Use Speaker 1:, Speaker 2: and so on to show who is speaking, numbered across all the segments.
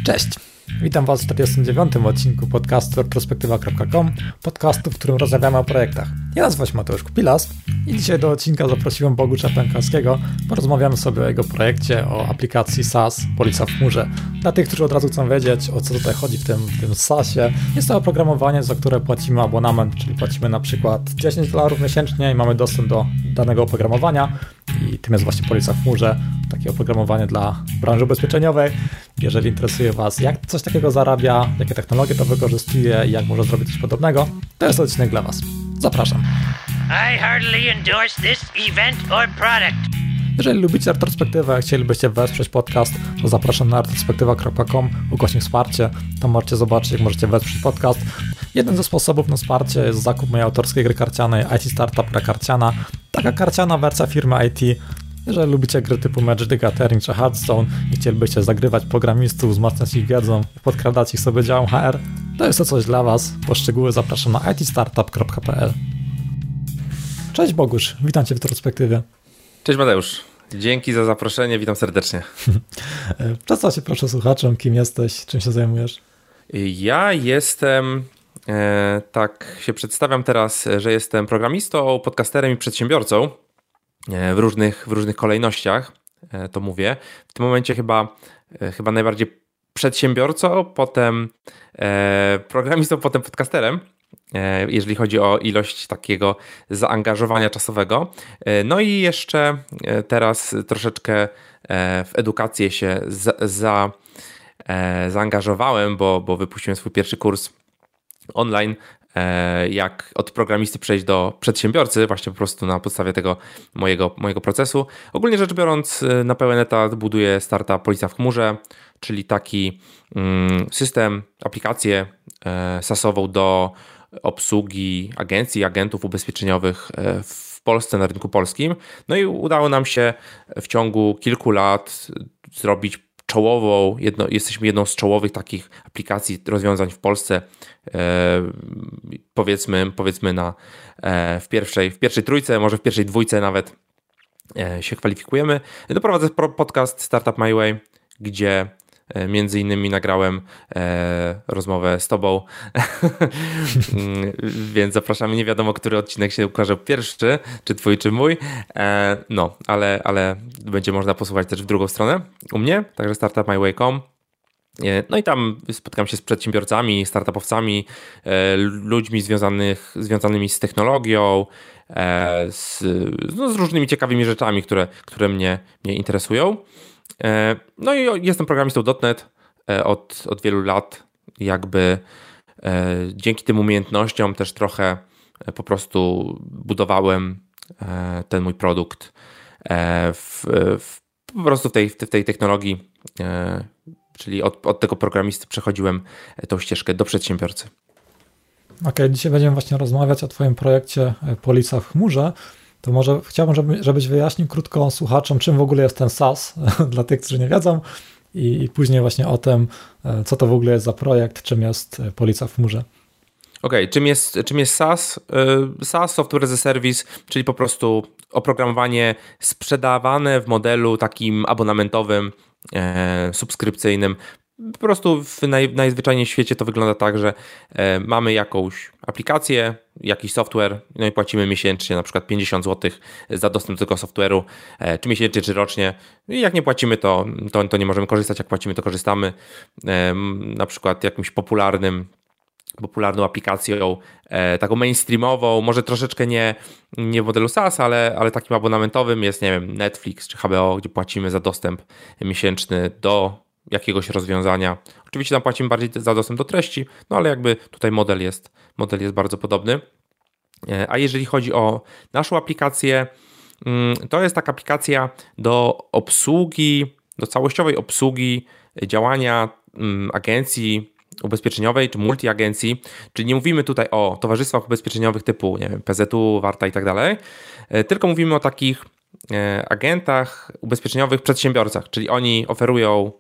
Speaker 1: Cześć, witam Was w 49. odcinku podcastu retrospektywa.com, podcastu, w którym rozmawiamy o projektach. Ja nazywam się Mateusz Kupilas i dzisiaj do odcinka zaprosiłem Bogusia Pękalskiego. Porozmawiamy sobie o jego projekcie, o aplikacji SaaS Policja w chmurze. Dla tych, którzy od razu chcą wiedzieć, o co tutaj chodzi w tym SaaSie, jest to oprogramowanie, za które płacimy abonament, czyli płacimy na przykład $10 miesięcznie i mamy dostęp do danego oprogramowania i tym jest właśnie Policja w chmurze, takie oprogramowanie dla branży ubezpieczeniowej. Jeżeli interesuje Was, jak coś takiego zarabia, jakie technologie to wykorzystuje i jak można zrobić coś podobnego, to jest odcinek dla Was. Zapraszam.
Speaker 2: I heartily endorse this event or product.
Speaker 1: Jeżeli lubicie retrospektywę, chcielibyście wesprzeć podcast, to zapraszam na retrospektywa.com/wsparcie. Tam możecie zobaczyć, jak możecie wesprzeć podcast. Jeden ze sposobów na wsparcie jest zakup mojej autorskiej gry karcianej IT Startup Gra Karciana. Taka karciana wersja firmy IT. Jeżeli lubicie gry typu Magic the Gathering czy Hearthstone i chcielibyście zagrywać programistów, wzmacniać ich wiedzą, podkradać ich sobie działem HR, to jest to coś dla Was. Po szczegóły zapraszam na itstartup.pl. Cześć Bogusz, witam Cię w retrospektywie.
Speaker 3: Cześć Mateusz, dzięki za zaproszenie, witam serdecznie.
Speaker 1: Przedstaw się proszę słuchaczom, kim jesteś, czym się zajmujesz.
Speaker 3: Ja jestem, tak się przedstawiam teraz, że jestem programistą, podcasterem i przedsiębiorcą w różnych kolejnościach, to mówię. W tym momencie chyba najbardziej przedsiębiorcą, potem programistą, potem podcasterem, jeżeli chodzi o ilość takiego zaangażowania czasowego. No i jeszcze teraz troszeczkę w edukację się zaangażowałem, bo wypuściłem swój pierwszy kurs online, jak od programisty przejść do przedsiębiorcy, właśnie po prostu na podstawie tego mojego procesu. Ogólnie rzecz biorąc, na pełen etat buduję startup Policja w chmurze, czyli taki system, aplikację SaaS-ową do obsługi agencji, agentów ubezpieczeniowych w Polsce, na rynku polskim. No i udało nam się w ciągu kilku lat zrobić jesteśmy jedną z czołowych takich aplikacji, rozwiązań w Polsce, powiedzmy w pierwszej trójce, może w pierwszej dwójce nawet się kwalifikujemy. Doprowadzę podcast Startup My Way, gdzie między innymi nagrałem rozmowę z Tobą, więc zapraszamy. Nie wiadomo, który odcinek się ukaże pierwszy, czy Twój, czy mój, no, ale będzie można posłuchać też w drugą stronę u mnie, także startupmyway.com. No i tam spotkam się z przedsiębiorcami, startupowcami, ludźmi związanymi z technologią, z różnymi ciekawymi rzeczami, które mnie interesują. No i jestem programistą .NET od wielu lat. Jakby dzięki tym umiejętnościom też trochę po prostu budowałem ten mój produkt po prostu w tej technologii, czyli od tego programisty przechodziłem tą ścieżkę do przedsiębiorcy.
Speaker 1: Okej, dzisiaj będziemy właśnie rozmawiać o Twoim projekcie Policja w chmurze. To może chciałbym, żebyś wyjaśnił krótko słuchaczom, czym w ogóle jest ten SaaS, dla tych, którzy nie wiedzą, i później właśnie o tym, co to w ogóle jest za projekt, czym jest Policja w chmurze.
Speaker 3: Okej, czym jest SaaS? SaaS, Software as a Service, czyli po prostu oprogramowanie sprzedawane w modelu takim abonamentowym, subskrypcyjnym. Po prostu najzwyczajniej w świecie to wygląda tak, że mamy jakąś aplikację, jakiś software, no i płacimy miesięcznie na przykład 50 zł za dostęp do tego software'u, czy miesięcznie, czy rocznie. I jak nie płacimy, to nie możemy korzystać, jak płacimy, to korzystamy. Na przykład jakimś popularną aplikacją, taką mainstreamową, może troszeczkę nie w modelu SaaS, ale takim abonamentowym jest, nie wiem, Netflix czy HBO, gdzie płacimy za dostęp miesięczny do jakiegoś rozwiązania. Oczywiście tam płacimy bardziej za dostęp do treści, no ale jakby tutaj model jest bardzo podobny. A jeżeli chodzi o naszą aplikację, to jest taka aplikacja do całościowej obsługi działania agencji ubezpieczeniowej czy multiagencji, czyli nie mówimy tutaj o towarzystwach ubezpieczeniowych typu, nie wiem, PZU, Warta i tak dalej, tylko mówimy o takich agentach ubezpieczeniowych, przedsiębiorcach, czyli oni oferują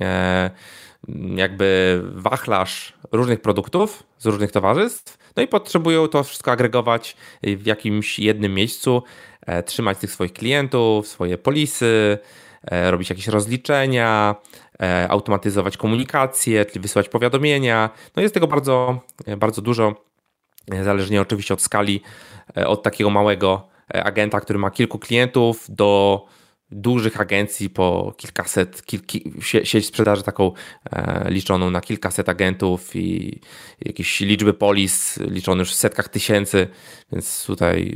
Speaker 3: jakby wachlarz różnych produktów z różnych towarzystw, no i potrzebują to wszystko agregować w jakimś jednym miejscu, trzymać tych swoich klientów, swoje polisy, robić jakieś rozliczenia, automatyzować komunikację, czyli wysyłać powiadomienia. No jest tego bardzo, bardzo dużo, zależnie oczywiście od skali, od takiego małego agenta, który ma kilku klientów, do dużych agencji po kilkaset, sieć sprzedaży taką liczoną na kilkaset agentów i jakieś liczby polis liczone już w setkach tysięcy, więc tutaj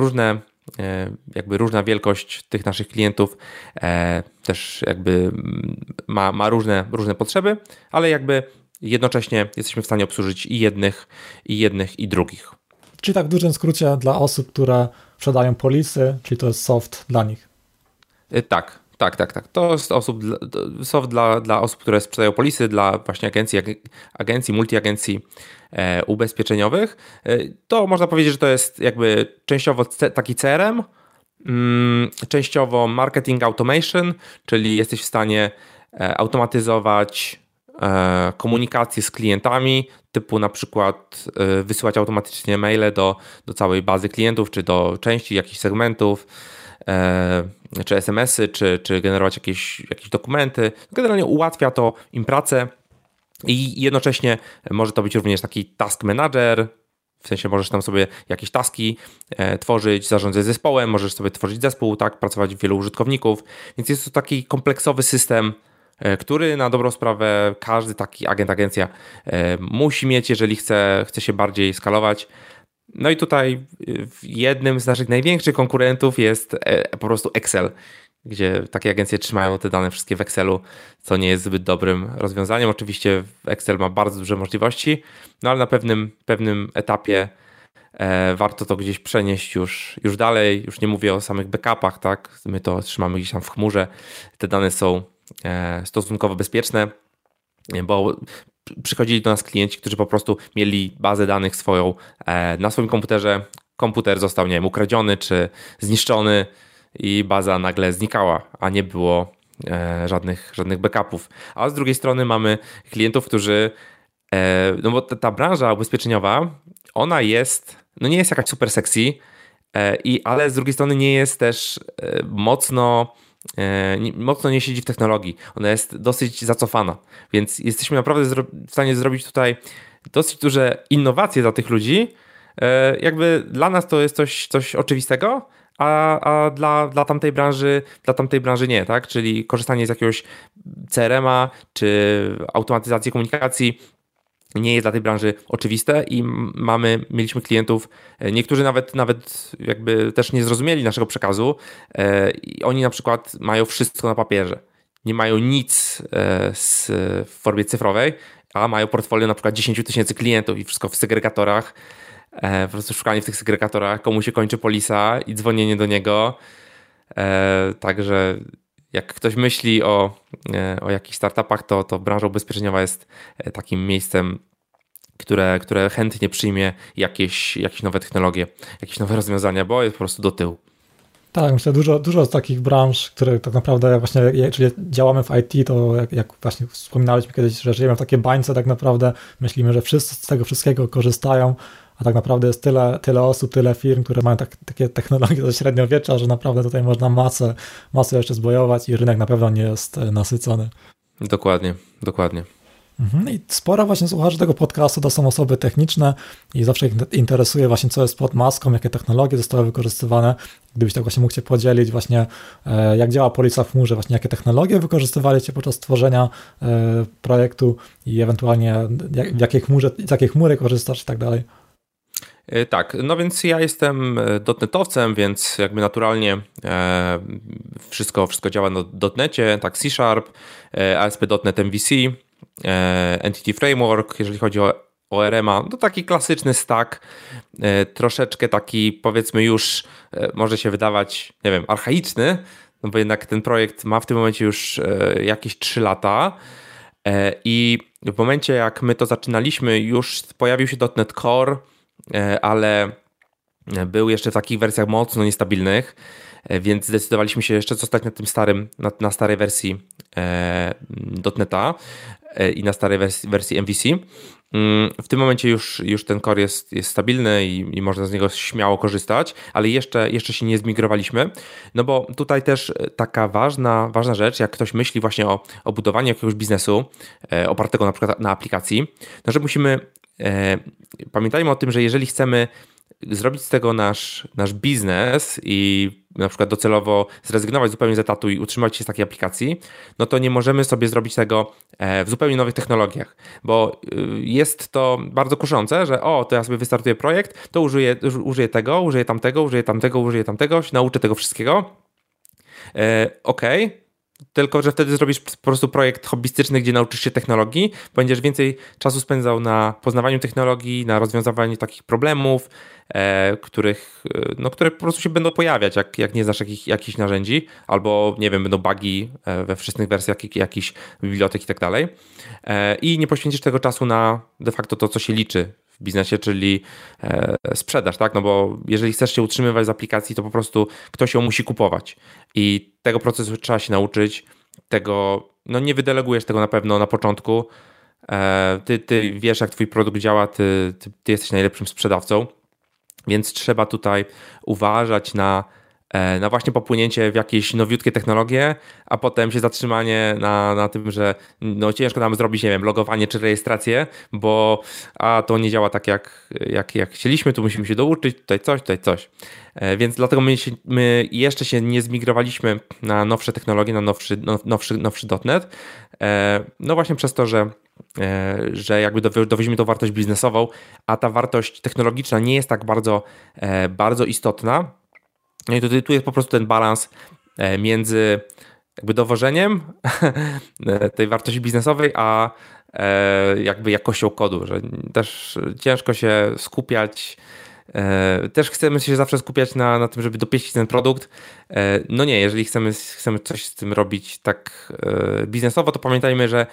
Speaker 3: różna wielkość tych naszych klientów też jakby ma różne potrzeby, ale jakby jednocześnie jesteśmy w stanie obsłużyć i jednych i drugich.
Speaker 1: Czyli tak w dużym skrócie dla osób, które sprzedają polisy, czyli to jest soft dla nich.
Speaker 3: Tak. To jest soft dla osób, które sprzedają polisy, dla właśnie agencji, multiagencji ubezpieczeniowych. To można powiedzieć, że to jest jakby częściowo taki CRM, częściowo marketing automation, czyli jesteś w stanie automatyzować komunikację z klientami, typu na przykład wysyłać automatycznie maile do całej bazy klientów, czy do części jakichś segmentów, czy SMS-y, czy generować jakieś dokumenty. Generalnie ułatwia to im pracę i jednocześnie może to być również taki task manager, w sensie możesz tam sobie jakieś taski tworzyć, zarządzać zespołem, możesz sobie tworzyć zespół, tak, pracować w wielu użytkowników, więc jest to taki kompleksowy system, który na dobrą sprawę każdy taki agencja musi mieć, jeżeli chce się bardziej skalować. No i tutaj jednym z naszych największych konkurentów jest po prostu Excel, gdzie takie agencje trzymają te dane wszystkie w Excelu, co nie jest zbyt dobrym rozwiązaniem. Oczywiście Excel ma bardzo duże możliwości, no ale na pewnym etapie warto to gdzieś przenieść już dalej. Już nie mówię o samych backupach, tak? My to trzymamy gdzieś tam w chmurze. Te dane są stosunkowo bezpieczne, bo przychodzili do nas klienci, którzy po prostu mieli bazę danych swoją na swoim komputerze. Komputer został, nie wiem, ukradziony czy zniszczony i baza nagle znikała, a nie było żadnych backupów. A z drugiej strony mamy klientów, którzy, no bo ta branża ubezpieczeniowa, ona jest, no nie jest jakaś super sexy, ale z drugiej strony nie jest też mocno nie siedzi w technologii. Ona jest dosyć zacofana, więc jesteśmy naprawdę w stanie zrobić tutaj dosyć duże innowacje dla tych ludzi. Jakby dla nas to jest coś oczywistego, a dla tamtej branży nie, tak? Czyli korzystanie z jakiegoś CRM-a czy automatyzacji komunikacji nie jest dla tej branży oczywiste i mieliśmy klientów, niektórzy nawet jakby też nie zrozumieli naszego przekazu i oni na przykład mają wszystko na papierze. Nie mają nic w formie cyfrowej, a mają portfolio na przykład 10 000 klientów i wszystko w segregatorach. Po prostu szukanie w tych segregatorach, komu się kończy polisa i dzwonienie do niego. Także jak ktoś myśli o jakichś startupach, to branża ubezpieczeniowa jest takim miejscem, które chętnie przyjmie jakieś nowe technologie, jakieś nowe rozwiązania, bo jest po prostu do tyłu.
Speaker 1: Tak, myślę, dużo z takich branż, które tak naprawdę właśnie, czyli działamy w IT, to jak właśnie wspominaliśmy kiedyś, że żyjemy w takiej bańce, tak naprawdę myślimy, że wszyscy z tego wszystkiego korzystają, a tak naprawdę jest tyle osób, tyle firm, które mają takie technologie ze średniowiecza, że naprawdę tutaj można masę jeszcze zbojować i rynek na pewno nie jest nasycony.
Speaker 3: Dokładnie.
Speaker 1: I sporo właśnie słuchaczy tego podcastu to są osoby techniczne i zawsze ich interesuje właśnie, co jest pod maską, jakie technologie zostały wykorzystywane. Gdybyś tak właśnie mógł się podzielić właśnie, jak działa polisa w chmurze, właśnie jakie technologie wykorzystywaliście podczas tworzenia projektu i ewentualnie z jakiej chmury korzystasz i tak dalej.
Speaker 3: Tak, no więc ja jestem dotnetowcem, więc jakby naturalnie wszystko działa na dotnecie, tak C#, ASP.NET MVC, Entity Framework, jeżeli chodzi o ORM-a, to taki klasyczny stack, troszeczkę taki powiedzmy już może się wydawać, nie wiem, archaiczny, no bo jednak ten projekt ma w tym momencie już jakieś 3 lata i w momencie jak my to zaczynaliśmy już pojawił się .NET Core, ale był jeszcze w takich wersjach mocno niestabilnych więc zdecydowaliśmy się jeszcze zostać na tym starym, na starej wersji .NETA i na starej wersji MVC. W tym momencie już ten core jest stabilny i można z niego śmiało korzystać, ale jeszcze się nie zmigrowaliśmy, no bo tutaj też taka ważna rzecz, jak ktoś myśli właśnie o budowaniu jakiegoś biznesu opartego na przykład na aplikacji, no że musimy, pamiętajmy o tym, że jeżeli chcemy zrobić z tego nasz biznes i na przykład docelowo zrezygnować zupełnie z etatu i utrzymać się z takiej aplikacji, no to nie możemy sobie zrobić tego w zupełnie nowych technologiach, bo jest to bardzo kuszące, że to ja sobie wystartuję projekt, to użyję tego, użyję tamtego, się nauczę tego wszystkiego. Okej. Tylko że wtedy zrobisz po prostu projekt hobbystyczny, gdzie nauczysz się technologii, będziesz więcej czasu spędzał na poznawaniu technologii, na rozwiązywaniu takich problemów, które po prostu się będą pojawiać, jak nie znasz jakichś narzędzi, albo nie wiem, będą bugi we wszystkich wersjach jakichś bibliotek i tak dalej. I nie poświęcisz tego czasu na de facto to, co się liczy w biznesie, czyli sprzedaż, tak? No bo jeżeli chcesz się utrzymywać z aplikacji, to po prostu ktoś ją musi kupować i tego procesu trzeba się nauczyć, nie wydelegujesz tego na pewno na początku, ty wiesz, jak twój produkt działa, ty jesteś najlepszym sprzedawcą, więc trzeba tutaj uważać na właśnie popłynięcie w jakieś nowiutkie technologie, a potem się zatrzymanie na tym, że ciężko nam zrobić, nie wiem, logowanie czy rejestrację, bo to nie działa tak jak chcieliśmy, tu musimy się douczyć, tutaj coś. Więc dlatego my jeszcze się nie zmigrowaliśmy na nowsze technologie, na nowszy .NET, no właśnie przez to, że jakby dowieźmy tą wartość biznesową, a ta wartość technologiczna nie jest tak bardzo istotna. No i tu jest po prostu ten balans między jakby dowożeniem tej wartości biznesowej, a jakby jakością kodu, że też ciężko się skupiać. Też chcemy się zawsze skupiać na tym, żeby dopieścić ten produkt. No nie, jeżeli chcemy coś z tym robić tak biznesowo, to pamiętajmy, że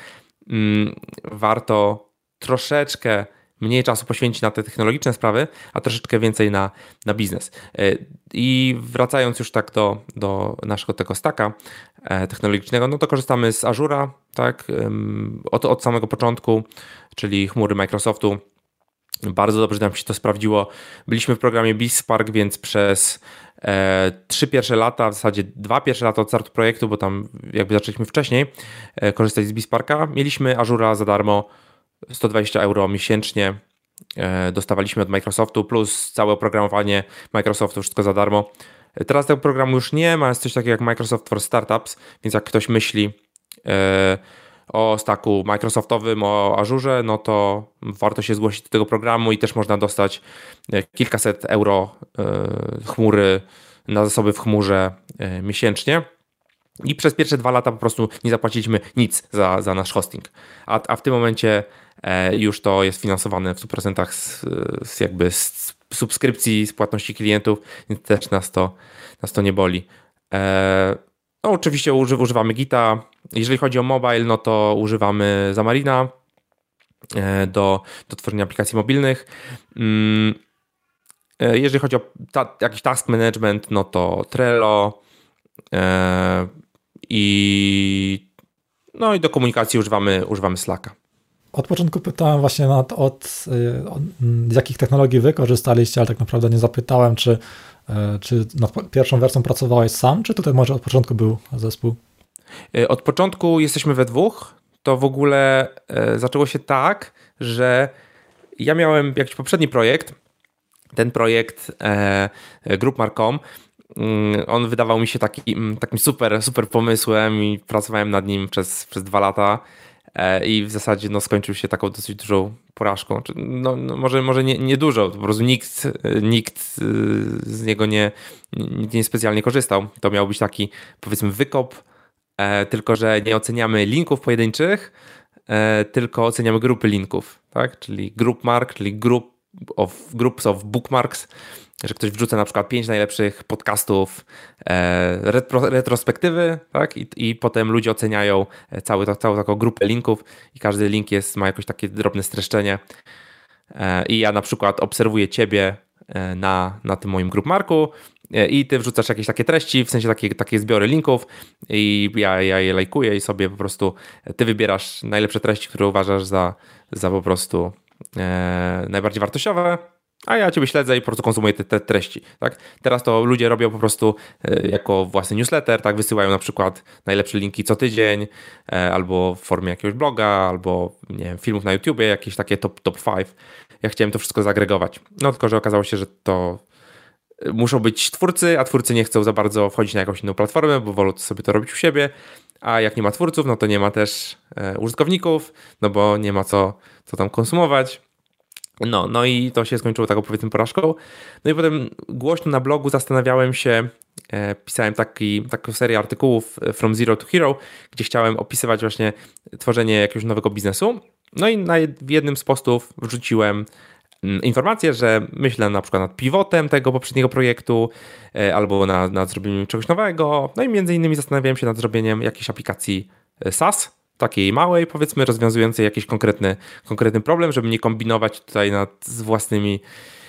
Speaker 3: warto troszeczkę mniej czasu poświęcić na te technologiczne sprawy, a troszeczkę więcej na biznes. I wracając już tak do naszego tego stacka technologicznego, no to korzystamy z Azure'a, tak, od samego początku, czyli chmury Microsoftu. Bardzo dobrze nam się to sprawdziło. Byliśmy w programie BizSpark, więc przez 3 pierwsze lata, w zasadzie 2 pierwsze lata od startu projektu, bo tam jakby zaczęliśmy wcześniej korzystać z BizSparka, mieliśmy Azure'a za darmo, 120 euro miesięcznie dostawaliśmy od Microsoftu, plus całe oprogramowanie Microsoftu, wszystko za darmo. Teraz tego programu już nie ma, jest coś takiego jak Microsoft for Startups, więc jak ktoś myśli o stacku Microsoftowym, o Azurze, no to warto się zgłosić do tego programu i też można dostać kilkaset euro chmury na zasoby w chmurze miesięcznie. I przez pierwsze 2 lata po prostu nie zapłaciliśmy nic za nasz hosting. A w tym momencie już to jest finansowane w 100% z subskrypcji, z płatności klientów, więc też nas to nie boli. No oczywiście używamy Gita. Jeżeli chodzi o mobile, no to używamy Xamarina do tworzenia aplikacji mobilnych. Jeżeli chodzi o jakiś task management, no to Trello i do komunikacji używamy Slacka.
Speaker 1: Od początku pytałem właśnie z jakich technologii wy korzystaliście, ale tak naprawdę nie zapytałem, czy nad pierwszą wersją pracowałeś sam, czy tutaj może od początku był zespół?
Speaker 3: Od początku jesteśmy we dwóch. To w ogóle zaczęło się tak, że ja miałem jakiś poprzedni projekt. Ten projekt Groupmark.com, on wydawał mi się takim super pomysłem i pracowałem nad nim przez 2 lata. I w zasadzie skończył się taką dosyć dużą porażką. Może nie dużo, po prostu nikt z niego nie specjalnie korzystał. To miał być taki, powiedzmy, wykop, tylko że nie oceniamy linków pojedynczych, tylko oceniamy grupy linków, tak? Czyli Groupmark, czyli groups of bookmarks, że ktoś wrzuca na przykład 5 najlepszych podcastów, retrospektywy, tak? I potem ludzie oceniają całą taką grupę linków i każdy link ma jakieś takie drobne streszczenie. I ja na przykład obserwuję ciebie na tym moim Groupmarku i ty wrzucasz jakieś takie treści, w sensie takie zbiory linków i ja je lajkuję i sobie po prostu ty wybierasz najlepsze treści, które uważasz za po prostu najbardziej wartościowe, a ja ciebie śledzę i po prostu konsumuję te treści. Tak? Teraz to ludzie robią po prostu jako własny newsletter, tak? Wysyłają na przykład najlepsze linki co tydzień, albo w formie jakiegoś bloga, albo nie wiem, filmów na YouTubie, jakieś takie top 5. Ja chciałem to wszystko zagregować. No tylko, że okazało się, że to muszą być twórcy, a twórcy nie chcą za bardzo wchodzić na jakąś inną platformę, bo wolą sobie to robić u siebie, a jak nie ma twórców, no to nie ma też użytkowników, no bo nie ma co tam konsumować. No i to się skończyło taką, powiedzmy, porażką. No i potem głośno na blogu zastanawiałem się, pisałem taką serię artykułów From Zero to Hero, gdzie chciałem opisywać właśnie tworzenie jakiegoś nowego biznesu. No i w jednym z postów wrzuciłem informację, że myślę na przykład nad pivotem tego poprzedniego projektu albo nad zrobieniem czegoś nowego. No i między innymi zastanawiałem się nad zrobieniem jakiejś aplikacji SaaS, takiej małej, powiedzmy, rozwiązującej jakiś konkretny problem, żeby nie kombinować tutaj z własnymi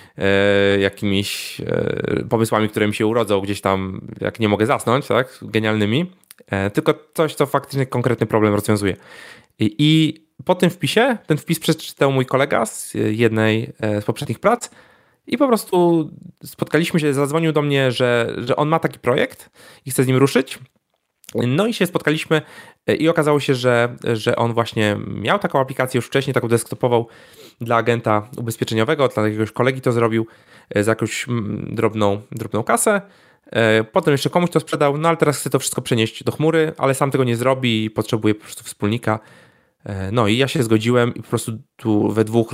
Speaker 3: jakimiś pomysłami, które mi się urodzą gdzieś tam, jak nie mogę zasnąć, tak, genialnymi, tylko coś, co faktycznie konkretny problem rozwiązuje. I po tym wpisie, ten wpis przeczytał mój kolega z jednej z poprzednich prac i po prostu spotkaliśmy się, zadzwonił do mnie, że on ma taki projekt i chce z nim ruszyć. No i się spotkaliśmy i okazało się, że on właśnie miał taką aplikację już wcześniej, taką desktopową dla agenta ubezpieczeniowego, dla jakiegoś kolegi to zrobił za jakąś drobną kasę. Potem jeszcze komuś to sprzedał, no ale teraz chce to wszystko przenieść do chmury, ale sam tego nie zrobi i potrzebuje po prostu wspólnika. No i ja się zgodziłem i po prostu tu we dwóch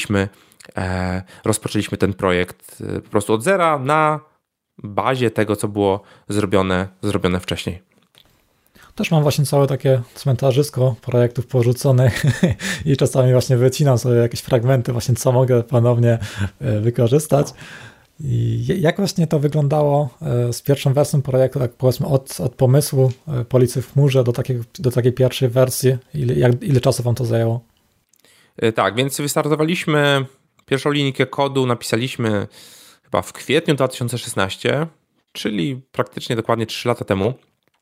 Speaker 3: rozpoczęliśmy ten projekt po prostu od zera na bazie tego, co było zrobione wcześniej.
Speaker 1: Też mam właśnie całe takie cmentarzysko projektów porzuconych i czasami właśnie wycinam sobie jakieś fragmenty właśnie, co mogę ponownie wykorzystać. I jak właśnie to wyglądało z pierwszą wersją projektu, tak powiedzmy od pomysłu Policji w chmurze do takiej pierwszej wersji? Ile czasu wam to zajęło?
Speaker 3: Tak, więc wystartowaliśmy, pierwszą linijkę kodu napisaliśmy chyba w kwietniu 2016, czyli praktycznie dokładnie 3 lata temu.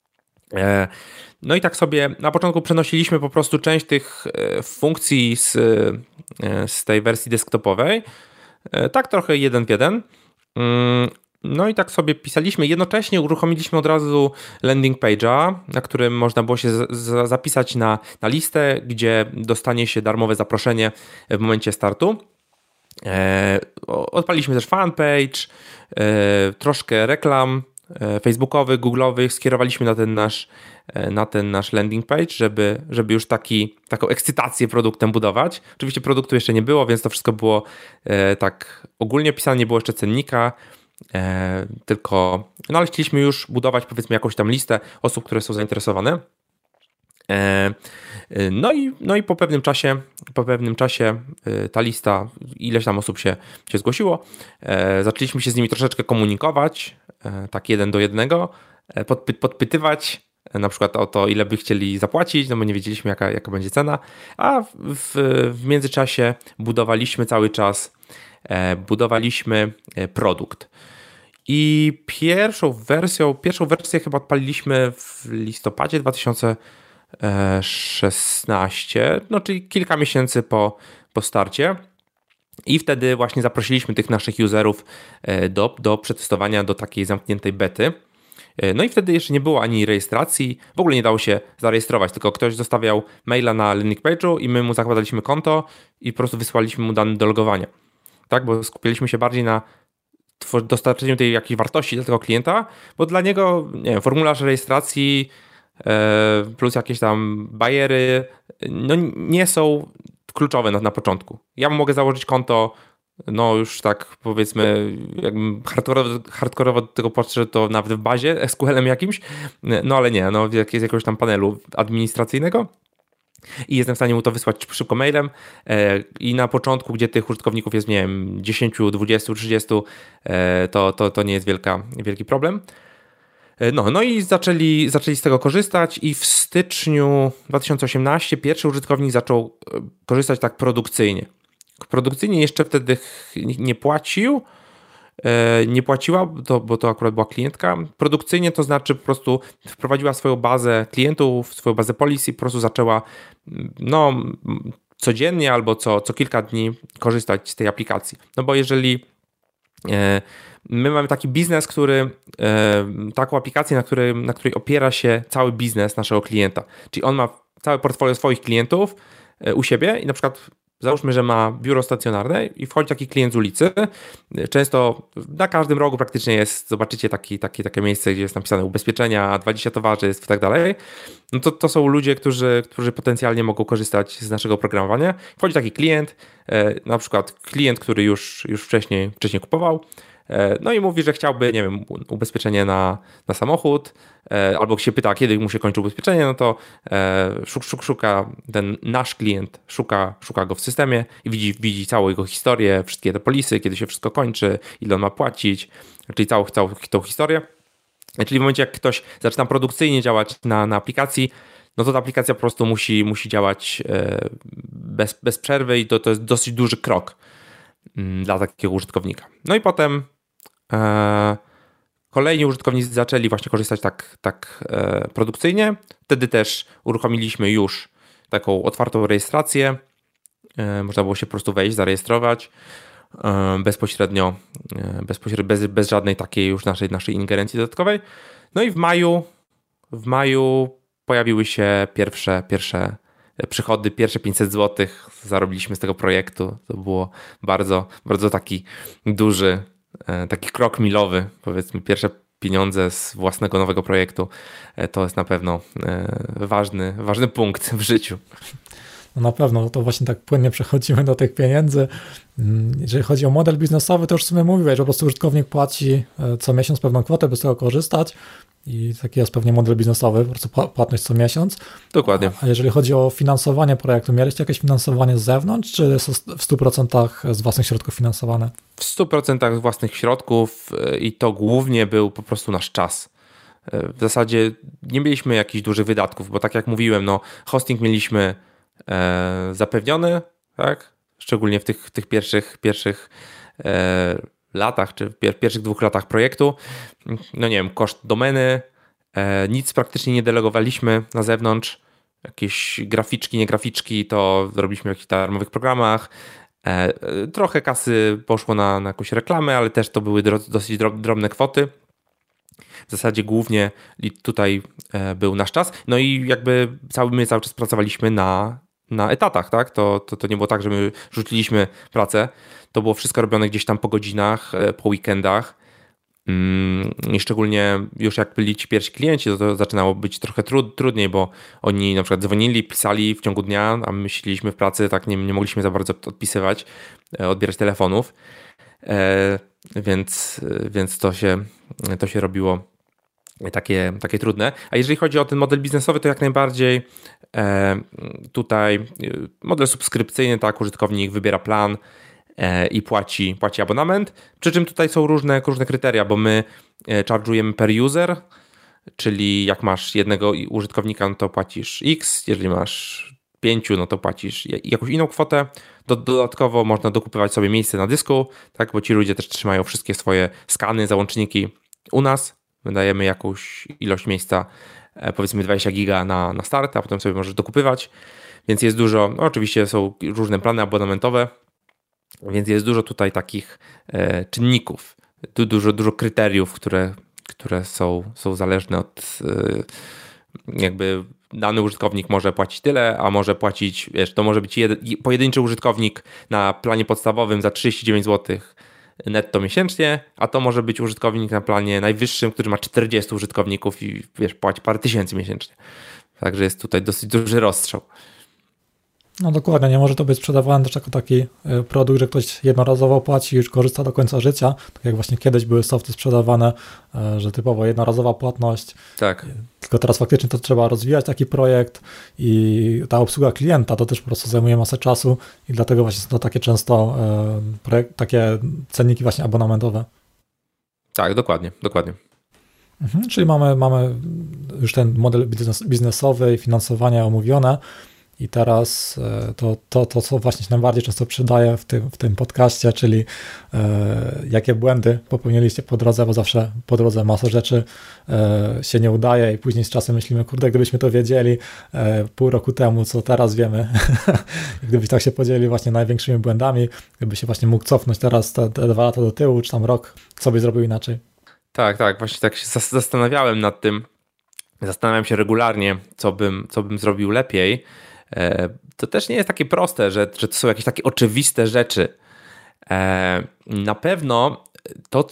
Speaker 3: No i tak sobie na początku przenosiliśmy po prostu część tych funkcji z tej wersji desktopowej, tak trochę 1 w 1. No i tak sobie pisaliśmy, jednocześnie uruchomiliśmy od razu landing page'a, na którym można było się zapisać na listę, gdzie dostanie się darmowe zaproszenie w momencie startu. Odpaliliśmy też fanpage, troszkę reklam facebookowych, googlowych, skierowaliśmy na ten nasz landing page, żeby już taką ekscytację produktem budować. Oczywiście produktu jeszcze nie było, więc to wszystko było tak ogólnie pisane, nie było jeszcze cennika, tylko, no ale chcieliśmy już budować, powiedzmy, jakąś tam listę osób, które są zainteresowane. No i po pewnym czasie ta lista, ileś tam osób się zgłosiło, zaczęliśmy się z nimi troszeczkę komunikować, tak 1 do 1, podpytywać na przykład o to, ile by chcieli zapłacić, no bo nie wiedzieliśmy, jaka będzie cena, a w międzyczasie budowaliśmy produkt. I pierwszą wersję chyba odpaliliśmy w listopadzie 2016, no czyli kilka miesięcy po starcie. I wtedy właśnie zaprosiliśmy tych naszych userów do przetestowania, do takiej zamkniętej bety. No i wtedy jeszcze nie było ani rejestracji, w ogóle nie dało się zarejestrować, tylko ktoś zostawiał maila na landing page'u i my mu zakładaliśmy konto i po prostu wysłaliśmy mu dane do logowania. Tak, bo skupiliśmy się bardziej na dostarczeniu tej jakiejś wartości dla tego klienta, bo dla niego, nie wiem, formularz rejestracji plus jakieś tam bariery, no nie są kluczowe na początku. Ja mogę założyć konto, no już tak powiedzmy, jakbym hardkorowo do tego podszedł, to nawet w bazie SQL-em jakimś, no ale nie, no z jakiegoś tam panelu administracyjnego i jestem w stanie mu to wysłać szybko mailem i na początku, gdzie tych użytkowników jest, nie wiem, 10, 20, 30, to nie jest wielki problem. No i zaczęli z tego korzystać i w styczniu 2018 pierwszy użytkownik zaczął korzystać tak produkcyjnie. Produkcyjnie jeszcze wtedy nie płacił, nie płaciła, bo to akurat była klientka. Produkcyjnie to znaczy po prostu wprowadziła swoją bazę klientów, swoją bazę policy, po prostu zaczęła codziennie albo co kilka dni korzystać z tej aplikacji. No bo jeżeli my mamy taki biznes, taką aplikację, na której opiera się cały biznes naszego klienta. Czyli on ma całe portfolio swoich klientów u siebie i na przykład załóżmy, że ma biuro stacjonarne i wchodzi taki klient z ulicy. Często na każdym rogu praktycznie zobaczycie takie miejsce, gdzie jest napisane ubezpieczenia, 20 towarzystw i tak dalej. No to są ludzie, którzy potencjalnie mogą korzystać z naszego oprogramowania. Wchodzi taki klient, na przykład klient, który już wcześniej kupował, no i mówi, że chciałby, nie wiem, ubezpieczenie na samochód, albo się pyta, kiedy mu się kończy ubezpieczenie, no to szuka ten nasz klient, szuka go w systemie i widzi całą jego historię, wszystkie te polisy, kiedy się wszystko kończy, ile on ma płacić, czyli całą tą historię. Czyli w momencie, jak ktoś zaczyna produkcyjnie działać na aplikacji, no to ta aplikacja po prostu musi działać bez przerwy i to jest dosyć duży krok dla takiego użytkownika. No i potem kolejni użytkownicy zaczęli właśnie korzystać tak produkcyjnie. Wtedy też uruchomiliśmy już taką otwartą rejestrację. Można było się po prostu wejść, zarejestrować bezpośrednio, bez żadnej takiej już naszej ingerencji dodatkowej. No i w maju pojawiły się pierwsze przychody, pierwsze 500 zł zarobiliśmy z tego projektu. To było bardzo, bardzo taki duży, taki krok milowy, powiedzmy, pierwsze pieniądze z własnego nowego projektu. To jest na pewno ważny punkt w życiu.
Speaker 1: No na pewno, to właśnie tak płynnie przechodzimy do tych pieniędzy. Jeżeli chodzi o model biznesowy, to już w sumie mówiłeś, że po prostu użytkownik płaci co miesiąc pewną kwotę, by z tego korzystać i taki jest pewnie model biznesowy, po prostu płatność co miesiąc.
Speaker 3: Dokładnie.
Speaker 1: A jeżeli chodzi o finansowanie projektu, mieliście jakieś finansowanie z zewnątrz, czy jest w 100% z własnych środków finansowane?
Speaker 3: W 100% z własnych środków i to głównie był po prostu nasz czas. W zasadzie nie mieliśmy jakichś dużych wydatków, bo tak jak mówiłem, no hosting mieliśmy zapewniony, tak? Szczególnie w tych pierwszych latach, czy w pierwszych 2 latach projektu. No nie wiem, koszt domeny, nic praktycznie nie delegowaliśmy na zewnątrz. Jakieś graficzki, nie graficzki, to robiliśmy w jakichś darmowych programach. Trochę kasy poszło na jakąś reklamę, ale też to były dosyć drobne kwoty. W zasadzie głównie tutaj był nasz czas. No i jakby my cały czas pracowaliśmy na etatach, tak? To nie było tak, że my rzuciliśmy pracę. To było wszystko robione gdzieś tam po godzinach, po weekendach. I szczególnie już jak byli ci pierwsi klienci, to zaczynało być trochę trudniej, bo oni na przykład dzwonili, pisali w ciągu dnia, a my siedzieliśmy w pracy, tak nie mogliśmy za bardzo odpisywać, odbierać telefonów. Więc to się robiło takie trudne. A jeżeli chodzi o ten model biznesowy, to jak najbardziej tutaj model subskrypcyjny, tak, użytkownik wybiera plan i płaci abonament, przy czym tutaj są różne kryteria, bo my charge'ujemy per user, czyli jak masz jednego użytkownika, no to płacisz X, jeżeli masz 5, no to płacisz jakąś inną kwotę. Dodatkowo można dokupywać sobie miejsce na dysku, tak, bo ci ludzie też trzymają wszystkie swoje skany, załączniki u nas. My dajemy jakąś ilość miejsca, powiedzmy 20 giga na start, a potem sobie możesz dokupywać, więc jest dużo, no oczywiście są różne plany abonamentowe, więc jest dużo tutaj takich czynników, dużo kryteriów, które są zależne od jakby dany użytkownik może płacić tyle, a może płacić, to może być pojedynczy użytkownik na planie podstawowym za 39 zł netto miesięcznie, a to może być użytkownik na planie najwyższym, który ma 40 użytkowników i płaci parę tysięcy miesięcznie. Także jest tutaj dosyć duży rozstrzał.
Speaker 1: No dokładnie, nie może to być sprzedawany też jako taki produkt, że ktoś jednorazowo płaci i już korzysta do końca życia, tak jak właśnie kiedyś były softy sprzedawane, że typowo jednorazowa płatność. Tak. Tylko teraz faktycznie to trzeba rozwijać taki projekt i ta obsługa klienta to też po prostu zajmuje masę czasu i dlatego właśnie są to takie często takie cenniki właśnie abonamentowe.
Speaker 3: Tak, dokładnie.
Speaker 1: Czyli mamy już ten model biznesowy i finansowanie omówione. i teraz to co właśnie się najbardziej często przydaje w tym podcaście, czyli jakie błędy popełniliście po drodze, bo zawsze po drodze masa rzeczy się nie udaje i później z czasem myślimy, kurde, gdybyśmy to wiedzieli pół roku temu, co teraz wiemy, gdybyś tak się podzielił właśnie największymi błędami, gdyby się właśnie mógł cofnąć teraz te 2 lata do tyłu, czy tam rok, co byś zrobił inaczej?
Speaker 3: Tak, właśnie tak się zastanawiałem nad tym. Zastanawiam się regularnie, co bym zrobił lepiej. To też nie jest takie proste, że to są jakieś takie oczywiste rzeczy. Na pewno to,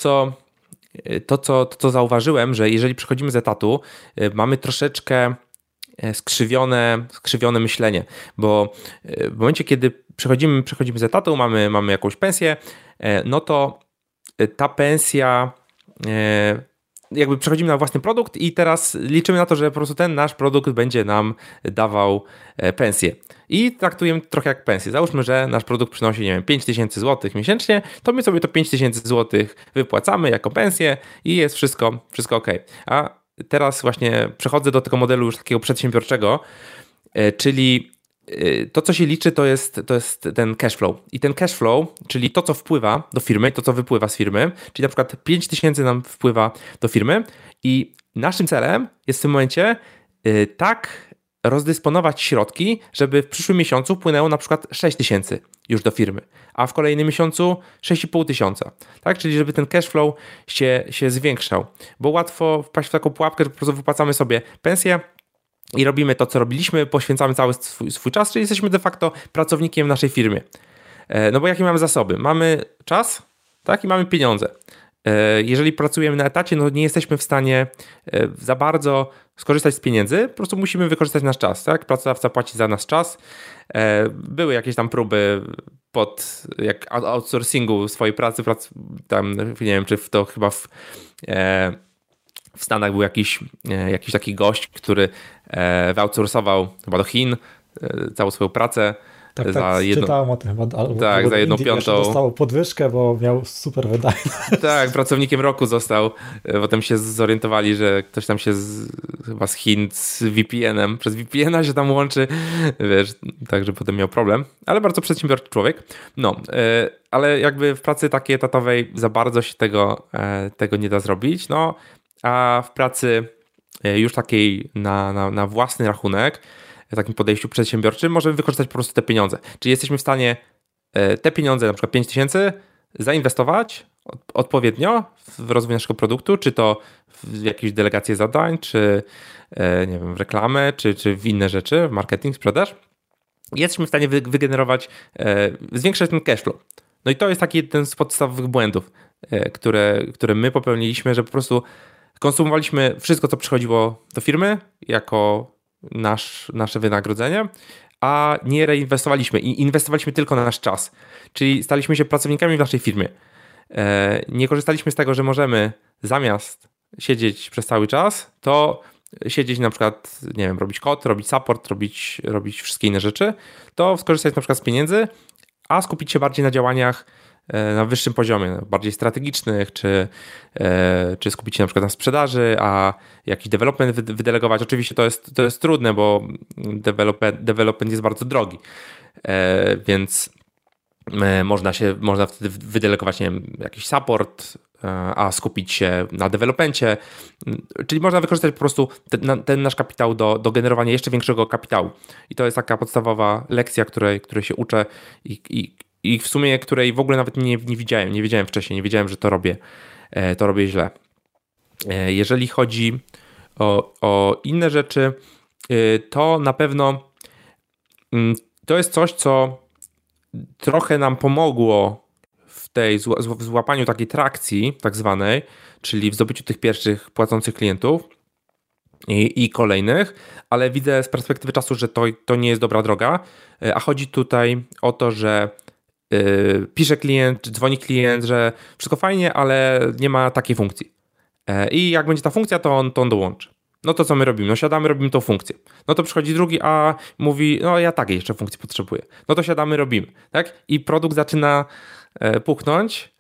Speaker 3: co zauważyłem, że jeżeli przychodzimy z etatu, mamy troszeczkę skrzywione myślenie, bo w momencie, kiedy przechodzimy z etatu, mamy jakąś pensję, no to ta pensja jakby przechodzimy na własny produkt i teraz liczymy na to, że po prostu ten nasz produkt będzie nam dawał pensję. I traktujemy trochę jak pensję. Załóżmy, że nasz produkt przynosi, nie wiem, 5000 zł miesięcznie, to my sobie to 5000 zł wypłacamy jako pensję i jest wszystko ok. A teraz właśnie przechodzę do tego modelu już takiego przedsiębiorczego, czyli to, co się liczy, to jest ten cash flow. I ten cash flow, czyli to, co wpływa do firmy, to, co wypływa z firmy, czyli na przykład 5000 nam wpływa do firmy i naszym celem jest w tym momencie tak rozdysponować środki, żeby w przyszłym miesiącu wpłynęło na przykład 6000 już do firmy, a w kolejnym miesiącu 6500. Tak? Czyli żeby ten cash flow się zwiększał, bo łatwo wpaść w taką pułapkę, że po prostu wypłacamy sobie pensję i robimy to, co robiliśmy, poświęcamy cały swój czas, czyli jesteśmy de facto pracownikiem w naszej firmie. No bo jakie mamy zasoby? Mamy czas, tak, i mamy pieniądze. Jeżeli pracujemy na etacie, no nie jesteśmy w stanie za bardzo skorzystać z pieniędzy, po prostu musimy wykorzystać nasz czas, tak? Pracodawca płaci za nasz czas. Były jakieś tam próby jak outsourcingu swojej pracy, tam nie wiem, czy to chyba w Stanach był jakiś taki gość, który wyoutsourcował chyba do Chin całą swoją pracę.
Speaker 1: Tak, czytałem o tym.
Speaker 3: Tak, za 1/5.
Speaker 1: Dostał podwyżkę, bo miał super wydajność.
Speaker 3: Tak, pracownikiem roku został. Potem się zorientowali, że ktoś tam się chyba z Chin z VPN-em, przez VPN-a się tam łączy, wiesz, także potem miał problem. Ale bardzo przedsiębiorczy człowiek. No, ale jakby w pracy takiej etatowej za bardzo się tego nie da zrobić. No, a w pracy już takiej na własny rachunek, w takim podejściu przedsiębiorczym, możemy wykorzystać po prostu te pieniądze. Czyli jesteśmy w stanie te pieniądze, na przykład 5000, zainwestować odpowiednio w rozwój naszego produktu, czy to w jakieś delegacje zadań, czy nie wiem, w reklamę, czy w inne rzeczy, w marketing, sprzedaż. I jesteśmy w stanie wygenerować, zwiększyć ten cashflow. No i to jest taki jeden z podstawowych błędów, które my popełniliśmy, że po prostu konsumowaliśmy wszystko, co przychodziło do firmy jako nasze wynagrodzenie, a nie reinwestowaliśmy i inwestowaliśmy tylko na nasz czas. Czyli staliśmy się pracownikami w naszej firmie. Nie korzystaliśmy z tego, że możemy zamiast siedzieć przez cały czas, to siedzieć na przykład, nie wiem, robić kod, robić support, robić wszystkie inne rzeczy, to skorzystać na przykład z pieniędzy, a skupić się bardziej na działaniach na wyższym poziomie, bardziej strategicznych, czy skupić się na przykład na sprzedaży, a jakiś development wydelegować. Oczywiście to jest trudne, bo development jest bardzo drogi, więc można wtedy wydelegować, nie wiem, jakiś support, a skupić się na developmencie, czyli można wykorzystać po prostu ten nasz kapitał do generowania jeszcze większego kapitału. I to jest taka podstawowa lekcja, której się uczę i w sumie, której w ogóle nawet nie wiedziałem wcześniej, nie wiedziałem, że to robię źle. Jeżeli chodzi o inne rzeczy, to na pewno to jest coś, co trochę nam pomogło w złapaniu takiej trakcji tak zwanej, czyli w zdobyciu tych pierwszych płacących klientów i kolejnych, ale widzę z perspektywy czasu, że to nie jest dobra droga, a chodzi tutaj o to, że pisze klient, czy dzwoni klient, że wszystko fajnie, ale nie ma takiej funkcji. I jak będzie ta funkcja, to on dołączy. No to co my robimy? No siadamy, robimy tą funkcję. No to przychodzi drugi, a mówi, no ja takiej jeszcze funkcji potrzebuję. No to siadamy, robimy. Tak? I produkt zaczyna puchnąć.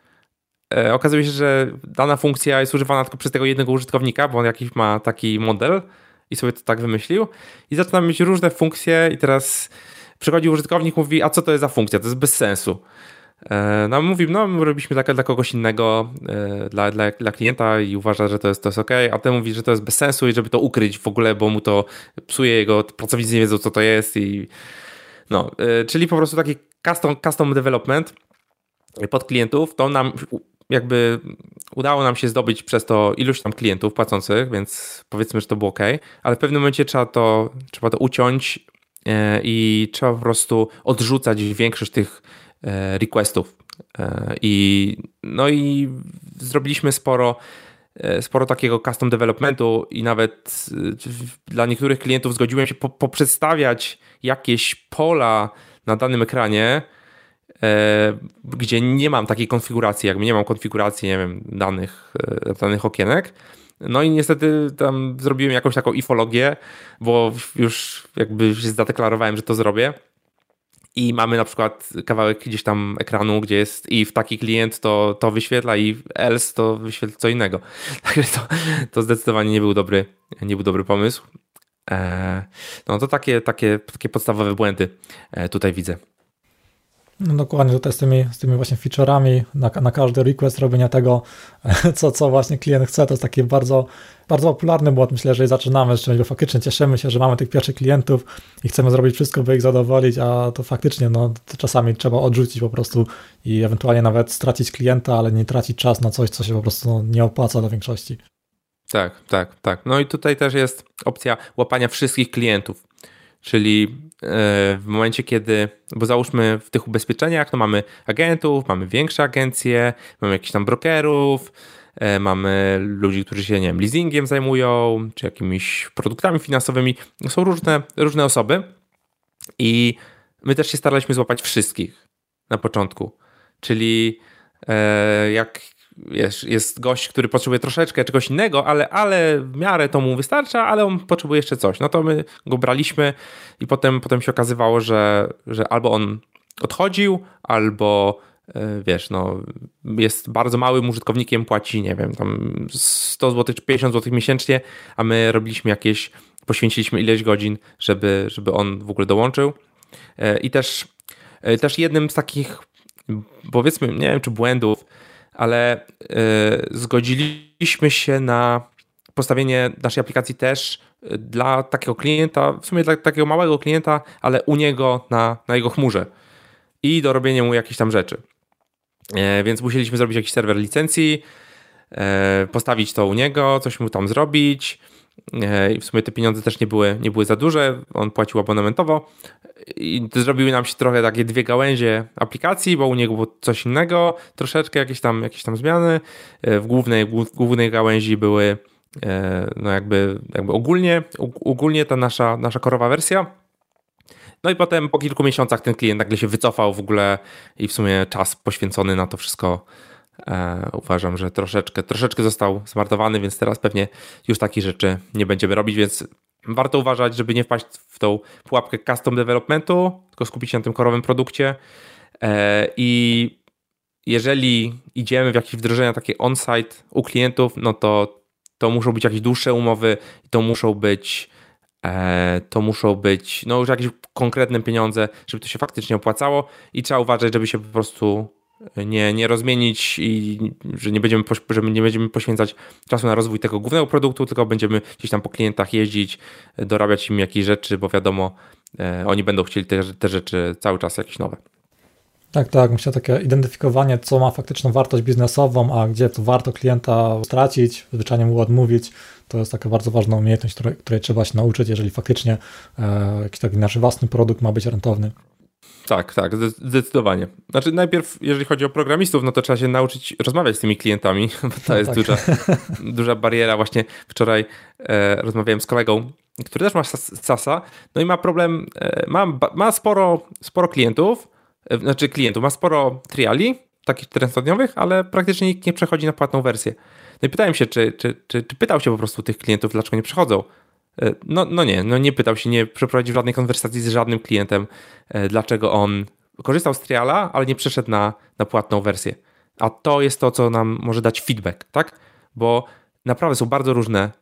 Speaker 3: Okazuje się, że dana funkcja jest używana tylko przez tego jednego użytkownika, bo on jakiś ma taki model i sobie to tak wymyślił i zaczyna mieć różne funkcje i teraz przychodzi użytkownik, mówi, a co to jest za funkcja? To jest bez sensu. No mówi, no my robiliśmy dla kogoś innego, dla klienta i uważa, że to jest ok, a ten mówi, że to jest bez sensu i żeby to ukryć w ogóle, bo mu to psuje, jego pracownicy nie wiedzą, co to jest i no, czyli po prostu taki custom development pod klientów, to nam jakby udało nam się zdobyć przez to iluś tam klientów płacących, więc powiedzmy, że to było ok, ale w pewnym momencie trzeba to uciąć i trzeba po prostu odrzucać większość tych requestów. No i zrobiliśmy sporo takiego custom developmentu i nawet dla niektórych klientów zgodziłem się poprzedstawiać jakieś pola na danym ekranie, gdzie nie mam takiej konfiguracji, jakby nie mam konfiguracji, nie wiem, danych okienek. No i niestety tam zrobiłem jakąś taką ifologię, bo już jakby się zadeklarowałem, że to zrobię. I mamy na przykład kawałek gdzieś tam ekranu, gdzie jest if taki klient to wyświetla i else to wyświetla co innego. Także to zdecydowanie nie był dobry pomysł. No to takie podstawowe błędy tutaj widzę.
Speaker 1: No dokładnie, tutaj z tymi właśnie feature'ami na każdy request robienia tego, co właśnie klient chce, to jest taki bardzo, bardzo popularny błąd. Myślę, że zaczynamy z czymś, bo faktycznie cieszymy się, że mamy tych pierwszych klientów i chcemy zrobić wszystko, by ich zadowolić, a to faktycznie to czasami trzeba odrzucić po prostu i ewentualnie nawet stracić klienta, ale nie tracić czas na coś, co się po prostu nie opłaca dla większości.
Speaker 3: Tak. No i tutaj też jest opcja łapania wszystkich klientów. Czyli w momencie, kiedy, bo załóżmy w tych ubezpieczeniach, to mamy agentów, mamy większe agencje, mamy jakichś tam brokerów, mamy ludzi, którzy się, nie wiem, leasingiem zajmują, czy jakimiś produktami finansowymi. Są różne osoby i my też się staraliśmy złapać wszystkich na początku. Czyli jak jest gość, który potrzebuje troszeczkę czegoś innego, ale w miarę to mu wystarcza, ale on potrzebuje jeszcze coś. No to my go braliśmy i potem się okazywało, że albo on odchodził, albo jest bardzo małym użytkownikiem, płaci, nie wiem, tam 100 zł czy 50 zł miesięcznie, a my poświęciliśmy ileś godzin, żeby on w ogóle dołączył. I też jednym z takich, powiedzmy, nie wiem czy błędów, ale zgodziliśmy się na postawienie naszej aplikacji też dla takiego klienta, w sumie dla takiego małego klienta, ale u niego na jego chmurze i do robienia mu jakichś tam rzeczy. Więc musieliśmy zrobić jakiś serwer licencji, postawić to u niego, coś mu tam zrobić i w sumie te pieniądze też nie były za duże, on płacił abonamentowo i zrobiły nam się trochę takie dwie gałęzie aplikacji, bo u niego było coś innego, troszeczkę jakieś tam zmiany. W głównej gałęzi były no jakby ogólnie ta nasza korowa wersja. No i potem po kilku miesiącach ten klient nagle się wycofał w ogóle i w sumie czas poświęcony na to wszystko uważam, że troszeczkę został zmarnowany, więc teraz pewnie już takich rzeczy nie będziemy robić, więc warto uważać, żeby nie wpaść w tą pułapkę custom developmentu, tylko skupić się na tym korowym produkcie i jeżeli idziemy w jakieś wdrożenia takie on-site u klientów, no to muszą być jakieś dłuższe umowy i to muszą być no już jakieś konkretne pieniądze, żeby to się faktycznie opłacało i trzeba uważać, żeby się po prostu nie rozmienić i że nie będziemy poświęcać czasu na rozwój tego głównego produktu, tylko będziemy gdzieś tam po klientach jeździć, dorabiać im jakieś rzeczy, bo wiadomo, oni będą chcieli te rzeczy cały czas jakieś nowe.
Speaker 1: Tak. Myślę, takie identyfikowanie, co ma faktyczną wartość biznesową, a gdzie to warto klienta stracić, zwyczajnie mu odmówić, to jest taka bardzo ważna umiejętność, której trzeba się nauczyć, jeżeli faktycznie jakiś taki nasz własny produkt ma być rentowny.
Speaker 3: Tak, zdecydowanie. Znaczy najpierw, jeżeli chodzi o programistów, no to trzeba się nauczyć rozmawiać z tymi klientami, bo to jest duża bariera. Właśnie wczoraj rozmawiałem z kolegą, który też ma SaaS-a, no i ma problem, ma sporo klientów, ma sporo triali, takich 400-dniowych, ale praktycznie nikt nie przechodzi na płatną wersję. No i pytałem się, czy pytał się po prostu tych klientów, dlaczego nie przechodzą. Nie pytał się, nie przeprowadził żadnej konwersacji z żadnym klientem, dlaczego on korzystał z triala, ale nie przeszedł na płatną wersję. A to jest to, co nam może dać feedback, tak? Bo naprawdę są bardzo różne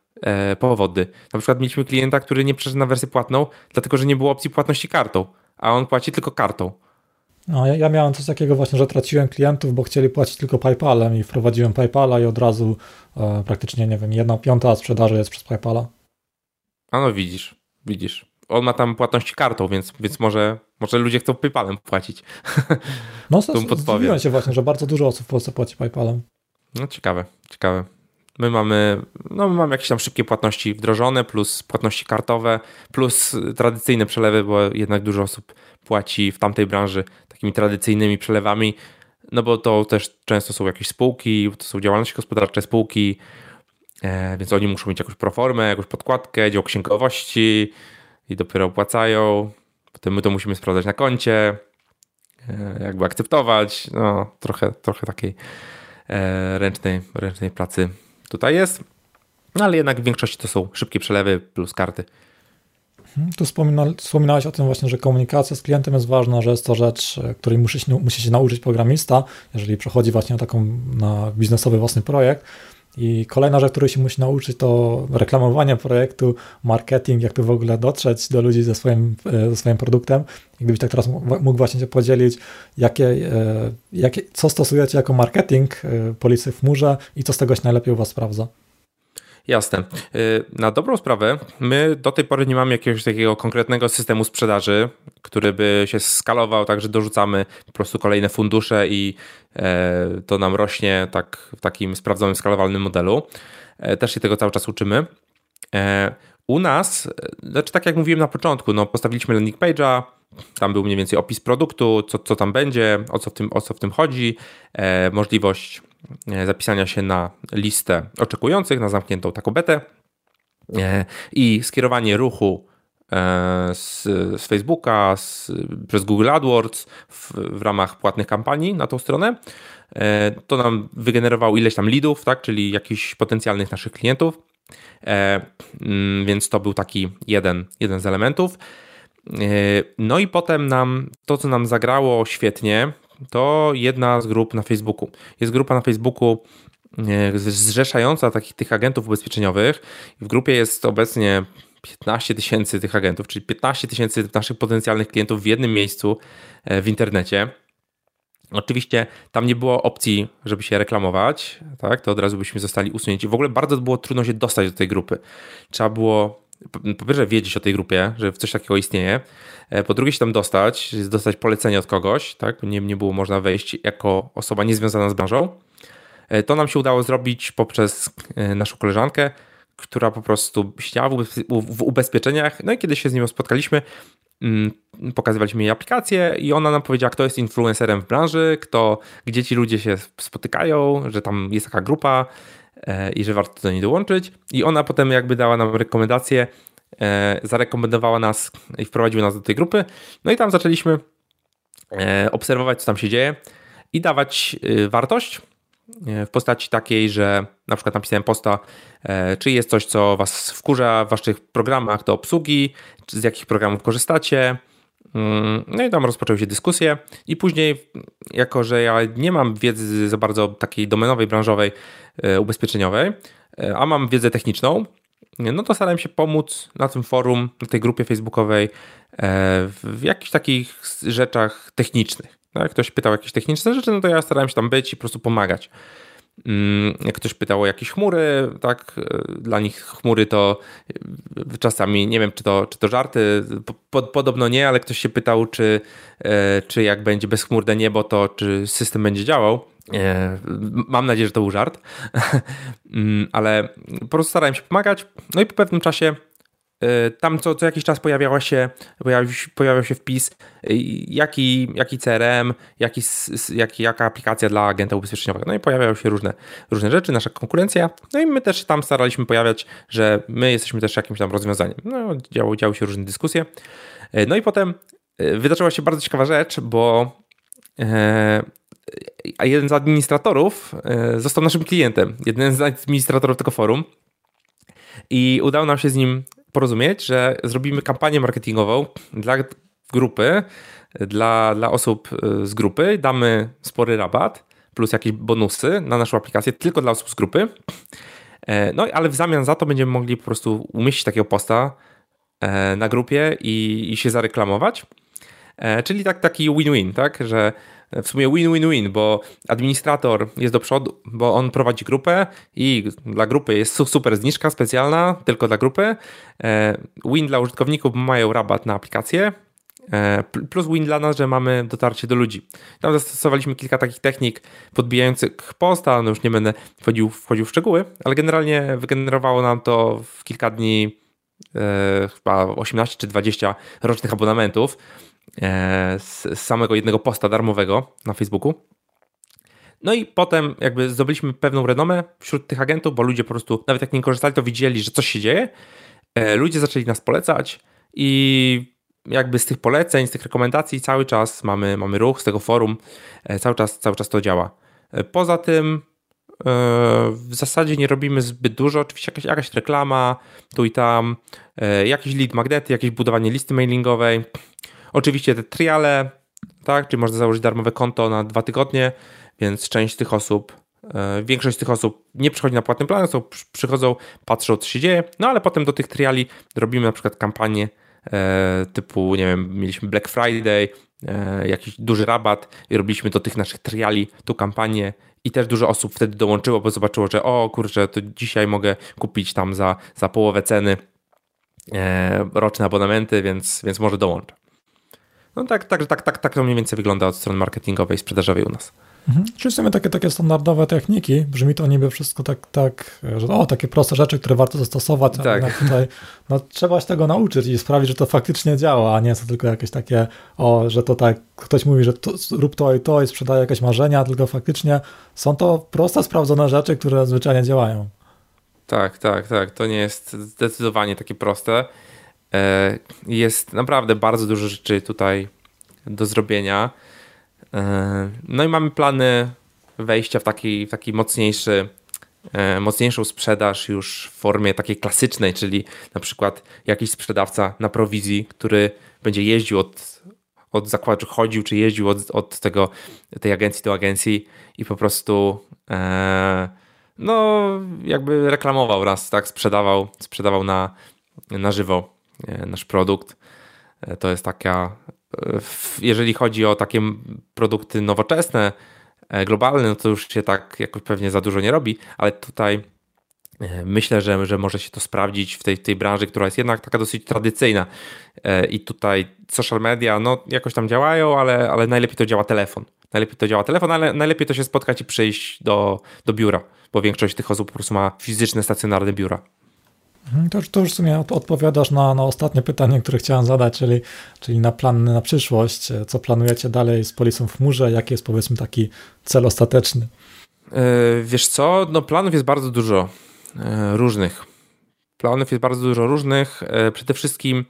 Speaker 3: powody. Na przykład mieliśmy klienta, który nie przeszedł na wersję płatną, dlatego że nie było opcji płatności kartą, a on płaci tylko kartą.
Speaker 1: No, ja miałem coś takiego właśnie, że traciłem klientów, bo chcieli płacić tylko PayPalem i wprowadziłem PayPala i od razu praktycznie, nie wiem, 1/5 sprzedaży jest przez PayPala.
Speaker 3: A no widzisz. On ma tam płatności kartą, więc może ludzie chcą PayPalem płacić.
Speaker 1: No, zdziwiłem się właśnie, że bardzo dużo osób w Polsce płaci PayPalem.
Speaker 3: No ciekawe. My mamy jakieś tam szybkie płatności wdrożone, plus płatności kartowe, plus tradycyjne przelewy, bo jednak dużo osób płaci w tamtej branży takimi tradycyjnymi przelewami, no bo to też często są jakieś spółki, to są działalności gospodarcze spółki, więc oni muszą mieć jakąś proformę, jakąś podkładkę, dział księgowości i dopiero opłacają. Potem my to musimy sprawdzać na koncie, jakby akceptować. No, trochę takiej ręcznej pracy tutaj jest, no ale jednak w większości to są szybkie przelewy plus karty.
Speaker 1: Tu wspominałeś o tym właśnie, że komunikacja z klientem jest ważna, że jest to rzecz, której musi się nauczyć programista, jeżeli przechodzi właśnie na biznesowy własny projekt. I kolejna rzecz, której się musi nauczyć, to reklamowanie projektu, marketing, jak tu w ogóle dotrzeć do ludzi ze swoim produktem. I gdybyś tak teraz mógł właśnie się podzielić, co stosujecie jako marketing Policji w chmurze i co z tego się najlepiej u was sprawdza?
Speaker 3: Jasne. Na dobrą sprawę, my do tej pory nie mamy jakiegoś takiego konkretnego systemu sprzedaży, który by się skalował, tak że dorzucamy po prostu kolejne fundusze i to nam rośnie tak w takim sprawdzonym, skalowalnym modelu. Też się tego cały czas uczymy. U nas, znaczy tak jak mówiłem na początku, no postawiliśmy landing page'a, tam był mniej więcej opis produktu, co tam będzie, o co w tym chodzi, możliwość zapisania się na listę oczekujących, na zamkniętą taką betę i skierowanie ruchu z Facebooka, przez Google AdWords w ramach płatnych kampanii na tą stronę. To nam wygenerowało ileś tam leadów, tak, czyli jakichś potencjalnych naszych klientów, więc to był taki jeden z elementów. No i potem to, co nam zagrało świetnie, to jedna z grup na Facebooku. Jest grupa na Facebooku zrzeszająca tych agentów ubezpieczeniowych. W grupie jest obecnie 15 000 tych agentów, czyli 15 000 naszych potencjalnych klientów w jednym miejscu w internecie. Oczywiście tam nie było opcji, żeby się reklamować, tak? To od razu byśmy zostali usunięci. W ogóle bardzo było trudno się dostać do tej grupy. Trzeba było po pierwsze wiedzieć o tej grupie, że coś takiego istnieje, po drugie się tam dostać polecenie od kogoś, tak? Nie było można wejść jako osoba niezwiązana z branżą. To nam się udało zrobić poprzez naszą koleżankę, która po prostu siedziała w ubezpieczeniach, no i kiedy się z nią spotkaliśmy, pokazywaliśmy jej aplikację i ona nam powiedziała, kto jest influencerem w branży, gdzie ci ludzie się spotykają, że tam jest taka grupa i że warto do niej dołączyć. I ona potem jakby dała nam rekomendację, zarekomendowała nas i wprowadziła nas do tej grupy. No i tam zaczęliśmy obserwować, co tam się dzieje i dawać wartość w postaci takiej, że na przykład napisałem posta, czy jest coś, co was wkurza w waszych programach do obsługi, czy z jakich programów korzystacie. No i tam rozpoczęły się dyskusje i później, jako że ja nie mam wiedzy za bardzo takiej domenowej, branżowej, ubezpieczeniowej, a mam wiedzę techniczną, no to starałem się pomóc na tym forum, na tej grupie facebookowej w jakichś takich rzeczach technicznych. Jak ktoś pytał o jakieś techniczne rzeczy, no to ja starałem się tam być i po prostu pomagać. Jak ktoś pytał o jakieś chmury, tak, dla nich chmury to czasami, nie wiem, czy to żarty, podobno nie, ale ktoś się pytał, czy jak będzie bezchmurne niebo, to czy system będzie działał. Mam nadzieję, że to był żart, ale po prostu starałem się pomagać. No i po pewnym czasie tam co jakiś czas pojawiał się wpis, jaki CRM, jaka aplikacja dla agenta ubezpieczeniowego. No i pojawiały się różne rzeczy, nasza konkurencja. No i my też tam staraliśmy pojawiać, że my jesteśmy też jakimś tam rozwiązaniem. No, działy się różne dyskusje. No i potem wydarzyła się bardzo ciekawa rzecz, bo jeden z administratorów został naszym klientem. Jeden z administratorów tego forum. I udało nam się z nim porozumieć, że zrobimy kampanię marketingową dla grupy, dla osób z grupy, damy spory rabat plus jakieś bonusy na naszą aplikację tylko dla osób z grupy No ale w zamian za to będziemy mogli po prostu umieścić takiego posta na grupie i się zareklamować. Czyli taki win-win, tak? Że w sumie win-win-win, bo administrator jest do przodu, bo on prowadzi grupę i dla grupy jest super zniżka specjalna, tylko dla grupy. Win dla użytkowników, bo mają rabat na aplikację. Plus win dla nas, że mamy dotarcie do ludzi. Tam zastosowaliśmy kilka takich technik podbijających posta, no już nie będę wchodził w szczegóły, ale generalnie wygenerowało nam to w kilka dni chyba 18 czy 20 rocznych abonamentów z samego jednego posta darmowego na Facebooku. No i potem jakby zdobyliśmy pewną renomę wśród tych agentów, bo ludzie po prostu, nawet jak nie korzystali, to widzieli, że coś się dzieje. Ludzie zaczęli nas polecać i jakby z tych poleceń, z tych rekomendacji cały czas mamy ruch z tego forum, cały czas to działa. Poza tym w zasadzie nie robimy zbyt dużo, oczywiście jakaś reklama tu i tam, jakiś lead magnety, jakieś budowanie listy mailingowej, oczywiście te triale, tak, czyli można założyć darmowe konto na 2 tygodnie, więc większość z tych osób nie przychodzi na płatny plan, to przychodzą, patrzą co się dzieje, no ale potem do tych triali robimy na przykład kampanię typu, nie wiem, mieliśmy Black Friday, jakiś duży rabat i robiliśmy do tych naszych triali tą kampanię i też dużo osób wtedy dołączyło, bo zobaczyło, że o kurczę, to dzisiaj mogę kupić tam za połowę ceny roczne abonamenty, więc może dołączę. No tak to mniej więcej wygląda od strony marketingowej i sprzedażowej u nas.
Speaker 1: Czyli w sumie takie standardowe techniki, brzmi to niby wszystko tak, że takie proste rzeczy, które warto zastosować,
Speaker 3: tak.
Speaker 1: Ale tutaj trzeba się tego nauczyć i sprawić, że to faktycznie działa, a nie są tylko jakieś takie, że to tak, ktoś mówi, że rób to i sprzedaje jakieś marzenia, tylko faktycznie są to proste, sprawdzone rzeczy, które zwyczajnie działają.
Speaker 3: Tak, to nie jest zdecydowanie takie proste. Jest naprawdę bardzo dużo rzeczy tutaj do zrobienia. No i mamy plany wejścia w taki mocniejszą sprzedaż już w formie takiej klasycznej, czyli na przykład jakiś sprzedawca na prowizji, który będzie jeździł od zakładu, chodził czy jeździł od tej agencji do agencji i po prostu no jakby reklamował raz, tak, sprzedawał na żywo nasz produkt. To jest taka, jeżeli chodzi o takie produkty nowoczesne, globalne, no to już się tak jakoś pewnie za dużo nie robi, ale tutaj myślę, że może się to sprawdzić w tej branży, która jest jednak taka dosyć tradycyjna i tutaj social media, no jakoś tam działają, ale najlepiej to działa telefon. Ale najlepiej to się spotkać i przyjść do biura, bo większość tych osób po prostu ma fizyczne, stacjonarne biura.
Speaker 1: To już w sumie odpowiadasz na ostatnie pytanie, które chciałem zadać, czyli na plany na przyszłość. Co planujecie dalej z Policją w chmurze? Jaki jest, powiedzmy, taki cel ostateczny?
Speaker 3: Wiesz co? No planów jest bardzo dużo różnych. Przede wszystkim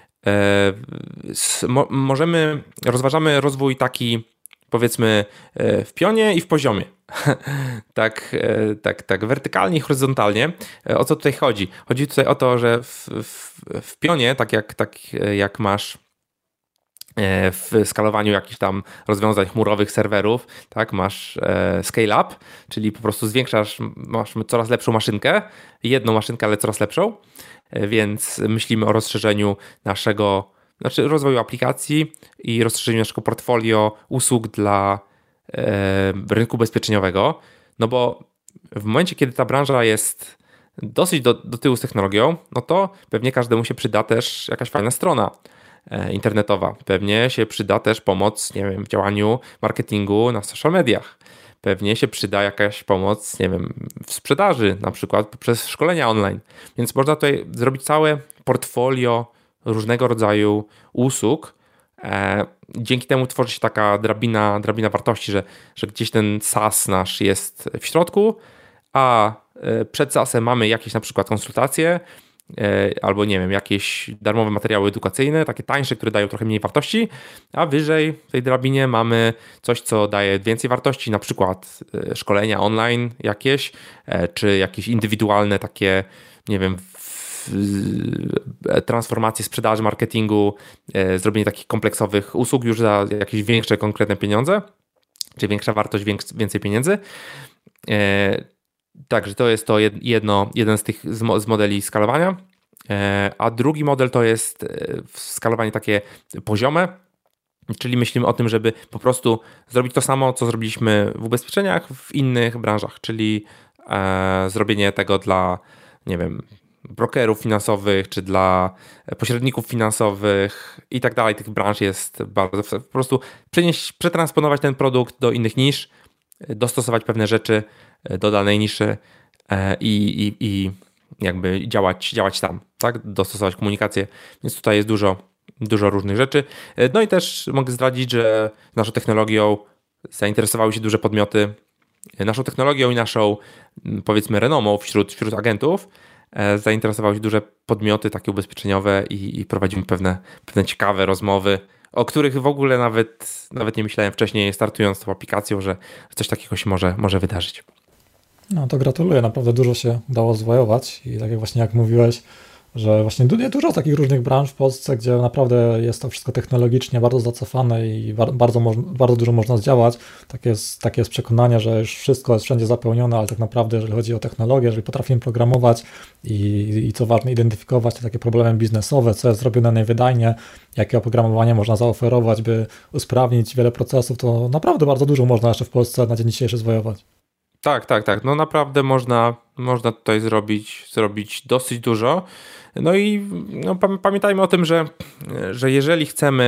Speaker 3: rozważamy rozwój taki, powiedzmy, w pionie i w poziomie. tak wertykalnie i horyzontalnie. O co tutaj chodzi? Chodzi tutaj o to, że w pionie, tak jak masz w skalowaniu jakichś tam rozwiązań chmurowych, serwerów, tak, masz scale up, czyli po prostu masz coraz lepszą maszynkę, jedną maszynkę, ale coraz lepszą, więc myślimy o rozszerzeniu rozwoju aplikacji i rozszerzeniu naszego portfolio usług dla rynku ubezpieczeniowego, no bo w momencie, kiedy ta branża jest dosyć do tyłu z technologią, no to pewnie każdemu się przyda też jakaś fajna strona internetowa. Pewnie się przyda też pomoc, nie wiem, w działaniu marketingu na social mediach. Pewnie się przyda jakaś pomoc, nie wiem, w sprzedaży, na przykład poprzez szkolenia online. Więc można tutaj zrobić całe portfolio różnego rodzaju usług. Dzięki temu tworzy się taka drabina wartości, że gdzieś ten SaaS nasz jest w środku, a przed SaaS-em mamy jakieś na przykład konsultacje albo nie wiem, jakieś darmowe materiały edukacyjne, takie tańsze, które dają trochę mniej wartości, a wyżej w tej drabinie mamy coś, co daje więcej wartości, na przykład szkolenia online jakieś, czy jakieś indywidualne takie, nie wiem, transformację sprzedaży, marketingu, zrobienie takich kompleksowych usług już za jakieś większe, konkretne pieniądze, czy większa wartość, więcej pieniędzy. Także to jest to jeden z tych z modeli skalowania, a drugi model to jest skalowanie takie poziome, czyli myślimy o tym, żeby po prostu zrobić to samo, co zrobiliśmy w ubezpieczeniach w innych branżach, czyli zrobienie tego dla, nie wiem, brokerów finansowych, czy dla pośredników finansowych i tak dalej. Tych branż jest bardzo, po prostu przetransponować ten produkt do innych nisz, dostosować pewne rzeczy do danej niszy i jakby działać tam, tak? Dostosować komunikację, więc tutaj jest dużo różnych rzeczy. No i też mogę zdradzić, że naszą technologią zainteresowały się duże podmioty, naszą technologią i naszą, powiedzmy, renomą wśród agentów zainteresowały się duże podmioty takie ubezpieczeniowe i prowadzimy pewne ciekawe rozmowy, o których w ogóle nawet nie myślałem wcześniej, startując tą aplikacją, że coś takiego się może wydarzyć.
Speaker 1: No to gratuluję, naprawdę dużo się dało zwojować i tak jak właśnie jak mówiłeś, że właśnie dużo takich różnych branż w Polsce, gdzie naprawdę jest to wszystko technologicznie bardzo zacofane i bardzo dużo można zdziałać. Takie jest przekonanie, że już wszystko jest wszędzie zapełnione, ale tak naprawdę jeżeli chodzi o technologię, jeżeli potrafimy programować i co ważne identyfikować te takie problemy biznesowe, co jest zrobione najwydajniej, jakie oprogramowanie można zaoferować, by usprawnić wiele procesów, to naprawdę bardzo dużo można jeszcze w Polsce na dzień dzisiejszy zwojować.
Speaker 3: Tak. No naprawdę można tutaj zrobić dosyć dużo. No i pamiętajmy o tym, że jeżeli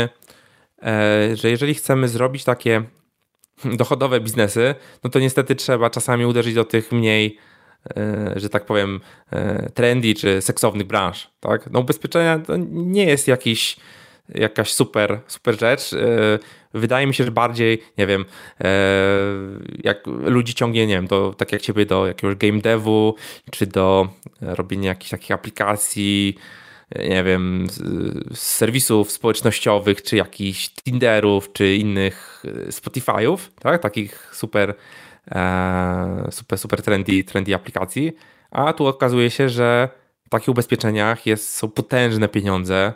Speaker 3: chcemy zrobić takie dochodowe biznesy, no to niestety trzeba czasami uderzyć do tych mniej, że tak powiem, trendy czy seksownych branż. Tak? No ubezpieczenia to nie jest jakaś super rzecz. Wydaje mi się, że bardziej, nie wiem, jak ludzi ciągnie, nie wiem, tak jak ciebie do jakiegoś game devu, czy do robienia jakichś takich aplikacji, nie wiem, z serwisów społecznościowych, czy jakichś Tinderów, czy innych Spotify'ów, tak? Takich super trendy aplikacji. A tu okazuje się, że w takich ubezpieczeniach są potężne pieniądze,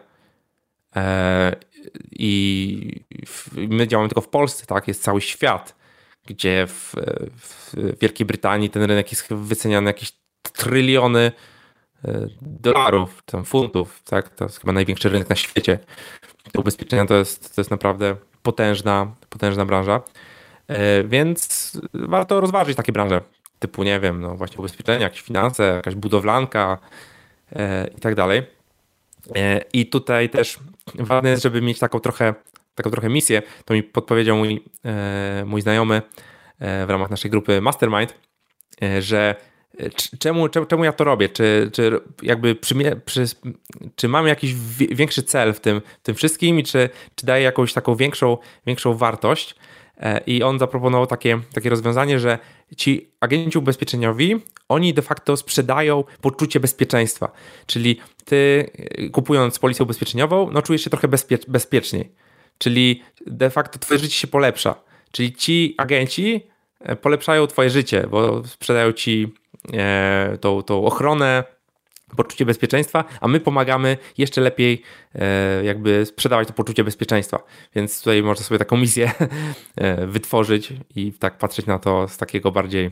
Speaker 3: i my działamy tylko w Polsce, tak? Jest cały świat, gdzie w Wielkiej Brytanii ten rynek jest wyceniany jakieś tryliony dolarów, tam funtów, tak? To jest chyba największy rynek na świecie. Te ubezpieczenia to jest naprawdę potężna branża, więc warto rozważyć takie branże typu, nie wiem, no właśnie ubezpieczenia, jakieś finanse, jakaś budowlanka i tak dalej. I tutaj też ważne jest, żeby mieć taką trochę misję. To mi podpowiedział mój znajomy w ramach naszej grupy Mastermind, że czemu ja to robię? Czy jakby czy mamy jakiś większy cel w tym wszystkim i czy daje jakąś taką większą wartość? I on zaproponował takie rozwiązanie, że ci agenci ubezpieczeniowi, oni de facto sprzedają poczucie bezpieczeństwa. Czyli ty kupując polisę ubezpieczeniową, no czujesz się trochę bezpieczniej. Czyli de facto twoje życie się polepsza. Czyli ci agenci polepszają twoje życie, bo sprzedają ci tą ochronę, poczucie bezpieczeństwa, a my pomagamy jeszcze lepiej jakby sprzedawać to poczucie bezpieczeństwa. Więc tutaj można sobie taką misję wytworzyć i tak patrzeć na to z takiego bardziej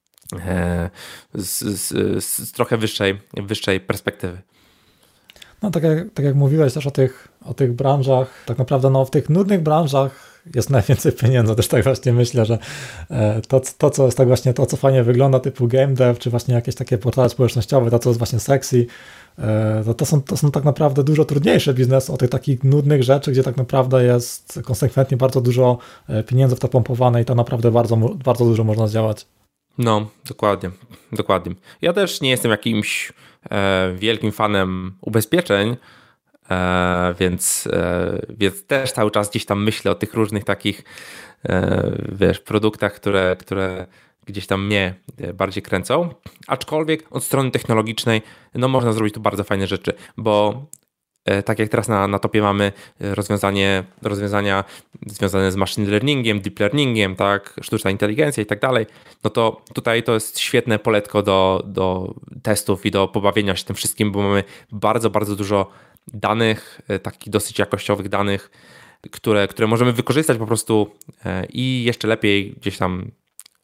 Speaker 3: z trochę wyższej perspektywy.
Speaker 1: No tak jak mówiłeś też o tych branżach, tak naprawdę no w tych nudnych branżach jest najwięcej pieniędzy. Też tak właśnie myślę, że to co jest tak właśnie to, co fajnie wygląda, typu game dev, czy właśnie jakieś takie portale społecznościowe, to co jest właśnie sexy, to są tak naprawdę dużo trudniejsze biznesy od tych takich nudnych rzeczy, gdzie tak naprawdę jest konsekwentnie bardzo dużo pieniędzy w to pompowane i to naprawdę bardzo, bardzo dużo można zdziałać.
Speaker 3: No, dokładnie. Ja też nie jestem jakimś wielkim fanem ubezpieczeń, więc też cały czas gdzieś tam myślę o tych różnych takich produktach, które gdzieś tam mnie bardziej kręcą, aczkolwiek od strony technologicznej no można zrobić tu bardzo fajne rzeczy, bo tak jak teraz na topie mamy rozwiązania związane z machine learningiem, deep learningiem, tak, sztuczna inteligencja i tak dalej, no to tutaj to jest świetne poletko do testów i do pobawienia się tym wszystkim, bo mamy bardzo, bardzo dużo danych, takich dosyć jakościowych danych, które możemy wykorzystać po prostu i jeszcze lepiej gdzieś tam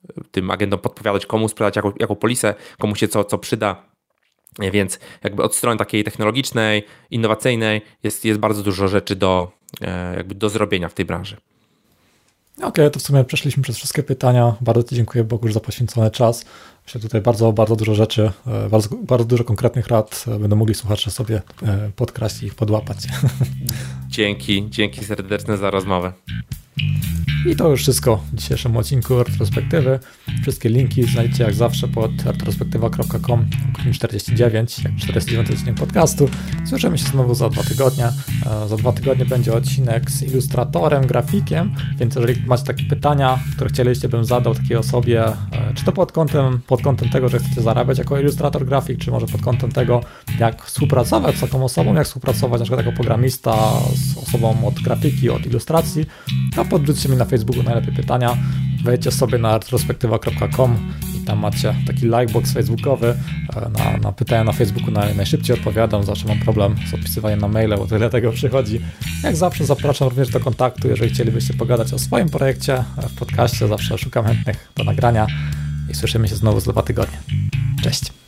Speaker 3: tym agentom podpowiadać, komu sprzedać jaką polisę, komu się co przyda. Więc jakby od strony takiej technologicznej, innowacyjnej jest bardzo dużo rzeczy do zrobienia w tej branży.
Speaker 1: Okej, to w sumie przeszliśmy przez wszystkie pytania. Bardzo Ci dziękuję, Bogusz, za poświęcony czas. Myślę, tutaj bardzo, bardzo dużo rzeczy, bardzo dużo konkretnych rad będą mogli słuchacze sobie podkraść i ich podłapać.
Speaker 3: Dzięki serdeczne za rozmowę.
Speaker 1: I to już wszystko w dzisiejszym odcinku Retrospektywy. Wszystkie linki znajdziecie jak zawsze pod retrospektywa.com/49, jak 49 odcinek podcastu. Słyszymy się znowu za 2 tygodnie. Za 2 tygodnie będzie odcinek z ilustratorem, grafikiem, więc jeżeli macie takie pytania, które chcieliście, bym zadał takiej osobie, czy to pod kątem tego, że chcecie zarabiać jako ilustrator, grafik, czy może pod kątem tego, jak współpracować z taką osobą, jak współpracować na przykład jako programista z osobą od grafiki, od ilustracji, to podrzućcie mi na Facebooku najlepiej pytania. Wejdźcie sobie na retrospektywa.com i tam macie taki likebox facebookowy. Na pytania na Facebooku najszybciej odpowiadam, zawsze mam problem z odpisywaniem na maile, bo tyle tego przychodzi. Jak zawsze zapraszam również do kontaktu, jeżeli chcielibyście pogadać o swoim projekcie w podcaście, zawsze szukam chętnych do nagrania i słyszymy się znowu za 2 tygodnie. Cześć!